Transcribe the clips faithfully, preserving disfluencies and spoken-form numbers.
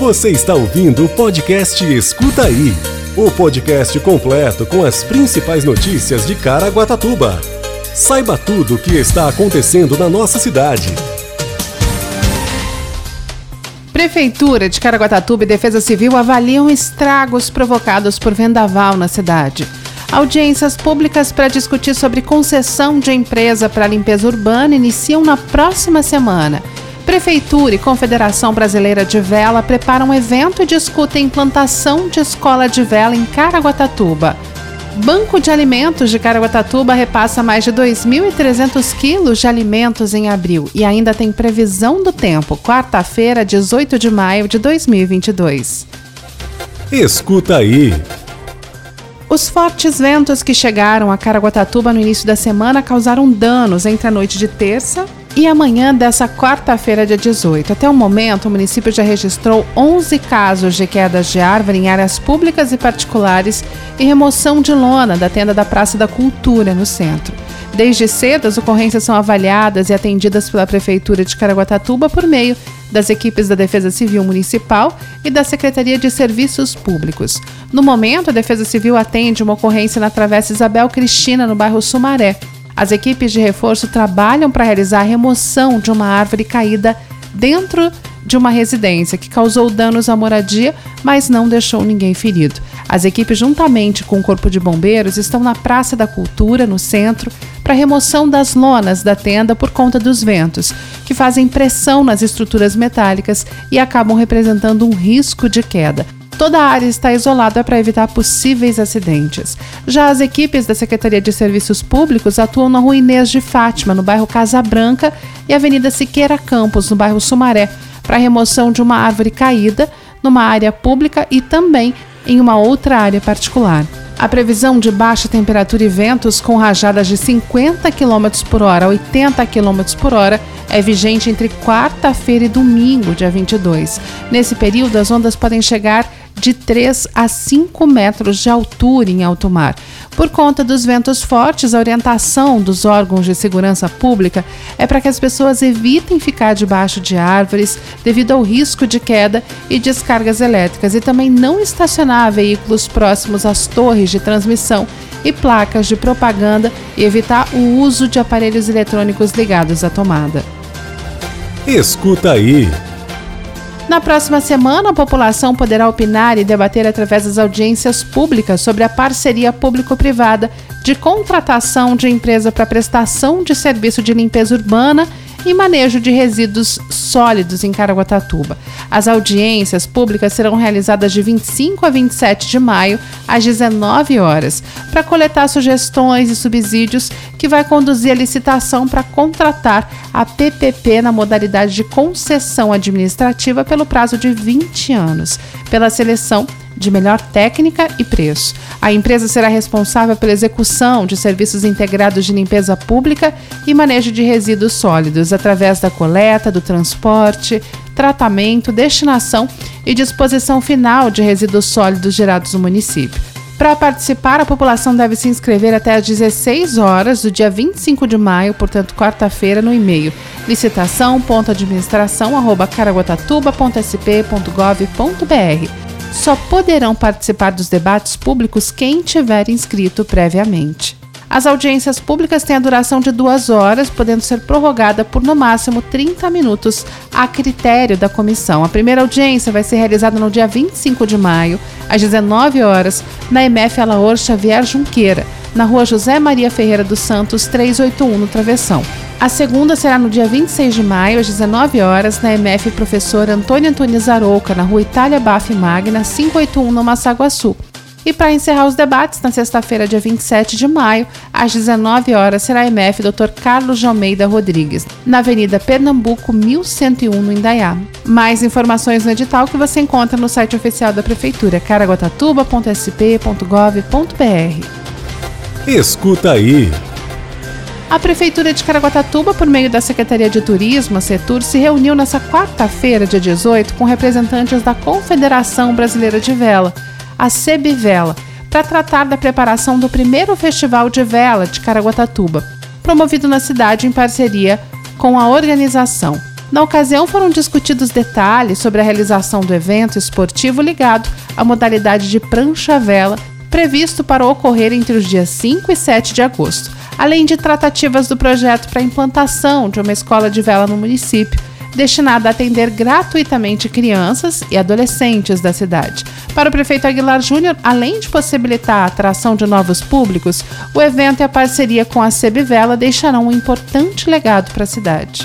Você está ouvindo o podcast Escuta Aí, o podcast completo com as principais notícias de Caraguatatuba. Saiba tudo o que está acontecendo na nossa cidade. Prefeitura de Caraguatatuba e Defesa Civil avaliam estragos provocados por vendaval na cidade. Audiências públicas para discutir sobre concessão de empresa para limpeza urbana iniciam na próxima semana. Prefeitura e Confederação Brasileira de Vela preparam um evento e discutem implantação de escola de vela em Caraguatatuba. Banco de Alimentos de Caraguatatuba repassa mais de dois mil e trezentos quilos de alimentos em abril e ainda tem previsão do tempo, quarta-feira, dezoito de maio de dois mil e vinte e dois. Escuta Aí. Os fortes ventos que chegaram a Caraguatatuba no início da semana causaram danos entre a noite de terça e amanhã dessa quarta-feira, dia dezoito. Até o momento, o município já registrou onze casos de quedas de árvore em áreas públicas e particulares e remoção de lona da tenda da Praça da Cultura, no centro. Desde cedo, as ocorrências são avaliadas e atendidas pela Prefeitura de Caraguatatuba por meio das equipes da Defesa Civil Municipal e da Secretaria de Serviços Públicos. No momento, a Defesa Civil atende uma ocorrência na Travessa Isabel Cristina, no bairro Sumaré. As equipes de reforço trabalham para realizar a remoção de uma árvore caída dentro de uma residência que causou danos à moradia, mas não deixou ninguém ferido. As equipes, juntamente com o Corpo de Bombeiros, estão na Praça da Cultura, no centro, para remoção das lonas da tenda por conta dos ventos, que fazem pressão nas estruturas metálicas e acabam representando um risco de queda. Toda a área está isolada para evitar possíveis acidentes. Já as equipes da Secretaria de Serviços Públicos atuam na Rua Inês de Fátima, no bairro Casa Branca, e Avenida Siqueira Campos, no bairro Sumaré, para a remoção de uma árvore caída numa área pública e também em uma outra área particular. A previsão de baixa temperatura e ventos com rajadas de cinquenta quilômetros por hora a oitenta quilômetros por hora é vigente entre quarta-feira e domingo, dia vinte e dois. Nesse período, as ondas podem chegar de três a cinco metros de altura em alto mar. Por conta dos ventos fortes, a orientação dos órgãos de segurança pública é para que as pessoas evitem ficar debaixo de árvores devido ao risco de queda e descargas elétricas e também não estacionar veículos próximos às torres de transmissão e placas de propaganda e evitar o uso de aparelhos eletrônicos ligados à tomada. Escuta Aí. Na próxima semana, a população poderá opinar e debater através das audiências públicas sobre a parceria público-privada de contratação de empresa para prestação de serviço de limpeza urbana e manejo de resíduos sólidos em Caraguatatuba. As audiências públicas serão realizadas de vinte e cinco a vinte e sete de maio, às dezenove horas, para coletar sugestões e subsídios que vai conduzir a licitação para contratar a P P P na modalidade de concessão administrativa pelo prazo de vinte anos, pela seleção de melhor técnica e preço. A empresa será responsável pela execução de serviços integrados de limpeza pública e manejo de resíduos sólidos, através da coleta, do transporte, tratamento, destinação e disposição final de resíduos sólidos gerados no município. Para participar, a população deve se inscrever até às dezesseis horas do dia vinte e cinco de maio, portanto, quarta-feira, no e-mail licitação ponto administração arroba caraguatatuba ponto s p ponto gov ponto b r. Só poderão participar dos debates públicos quem tiver inscrito previamente. As audiências públicas têm a duração de duas horas, podendo ser prorrogada por no máximo trinta minutos a critério da comissão. A primeira audiência vai ser realizada no dia vinte e cinco de maio, às dezenove horas, na M F Alaor Xavier Junqueira, na rua José Maria Ferreira dos Santos, trezentos e oitenta e um, no Travessão. A segunda será no dia vinte e seis de maio, às dezenove horas, na M F Professor Antônio Antunes Arouca, na rua Itália Baf Magna, quinhentos e oitenta e um, no Massaguaçu. E para encerrar os debates, na sexta-feira, dia vinte e sete de maio, às dezenove horas, será a M F doutor Carlos de Almeida Rodrigues, na Avenida Pernambuco, mil cento e um, no Indaiá. Mais informações no edital que você encontra no site oficial da Prefeitura, caraguatatuba ponto s p ponto gov ponto b r. Escuta Aí. A Prefeitura de Caraguatatuba, por meio da Secretaria de Turismo, a Setur, se reuniu nesta quarta-feira, dia dezoito, com representantes da Confederação Brasileira de Vela, a CEBVela, para tratar da preparação do primeiro Festival de Vela de Caraguatatuba, promovido na cidade em parceria com a organização. Na ocasião, foram discutidos detalhes sobre a realização do evento esportivo ligado à modalidade de prancha-vela, previsto para ocorrer entre os dias cinco e sete de agosto, além de tratativas do projeto para a implantação de uma escola de vela no município, destinada a atender gratuitamente crianças e adolescentes da cidade. Para o prefeito Aguilar Júnior, além de possibilitar a atração de novos públicos, o evento e a parceria com a Sebivela deixarão um importante legado para a cidade.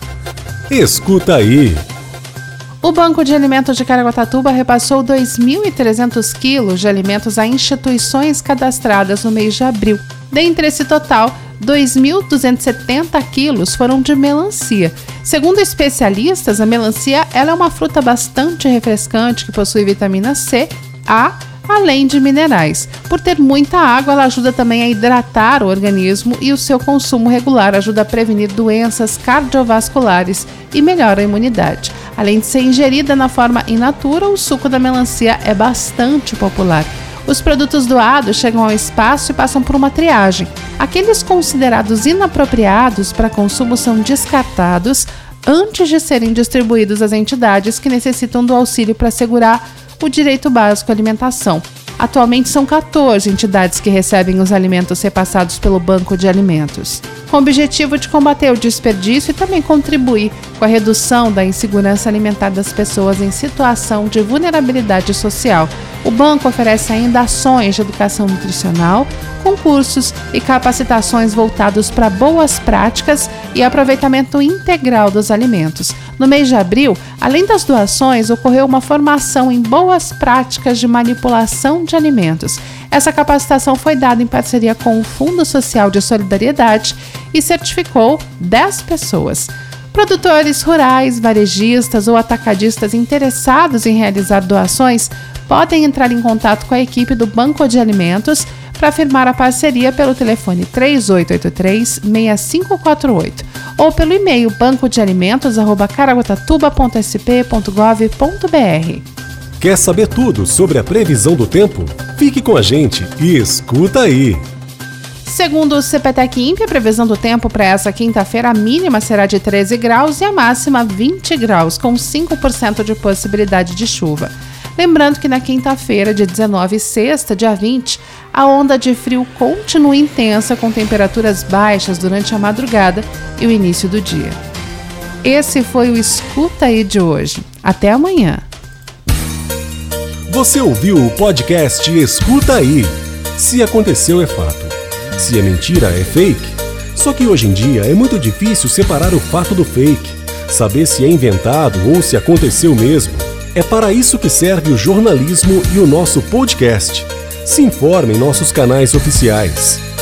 Escuta aí! O Banco de Alimentos de Caraguatatuba repassou dois mil e trezentos quilos de alimentos a instituições cadastradas no mês de abril. Dentre esse total, dois mil duzentos e setenta quilos foram de melancia. Segundo especialistas, a melancia ela é uma fruta bastante refrescante que possui vitamina C, A, além de minerais. Por ter muita água, ela ajuda também a hidratar o organismo e o seu consumo regular ajuda a prevenir doenças cardiovasculares e melhora a imunidade. Além de ser ingerida na forma in natura, o suco da melancia é bastante popular. Os produtos doados chegam ao espaço e passam por uma triagem. Aqueles considerados inapropriados para consumo são descartados antes de serem distribuídos às entidades que necessitam do auxílio para assegurar o direito básico à alimentação. Atualmente são quatorze entidades que recebem os alimentos repassados pelo Banco de Alimentos, com o objetivo de combater o desperdício e também contribuir com a redução da insegurança alimentar das pessoas em situação de vulnerabilidade social. O banco oferece ainda ações de educação nutricional, concursos e capacitações voltados para boas práticas e aproveitamento integral dos alimentos. No mês de abril, além das doações, ocorreu uma formação em boas práticas de manipulação de alimentos. Essa capacitação foi dada em parceria com o Fundo Social de Solidariedade e certificou dez pessoas. Produtores rurais, varejistas ou atacadistas interessados em realizar doações podem entrar em contato com a equipe do Banco de Alimentos para firmar a parceria pelo telefone três oito oito três, seis cinco quatro oito ou pelo e-mail banco de alimentos arroba caraguatatuba ponto s p ponto gov ponto b r. Quer saber tudo sobre a previsão do tempo? Fique com a gente e escuta aí! Segundo o CPTEC-INPE, a previsão do tempo para essa quinta-feira, a mínima será de treze graus e a máxima vinte graus, com cinco por cento de possibilidade de chuva. Lembrando que na quinta-feira, dia dezenove e sexta, dia vinte, a onda de frio continua intensa com temperaturas baixas durante a madrugada e o início do dia. Esse foi o Escuta Aí de hoje. Até amanhã. Você ouviu o podcast Escuta Aí. Se aconteceu é fato. Se é mentira é fake. Só que hoje em dia é muito difícil separar o fato do fake, saber se é inventado ou se aconteceu mesmo. É para isso que serve o jornalismo e o nosso podcast. Se informe em nossos canais oficiais.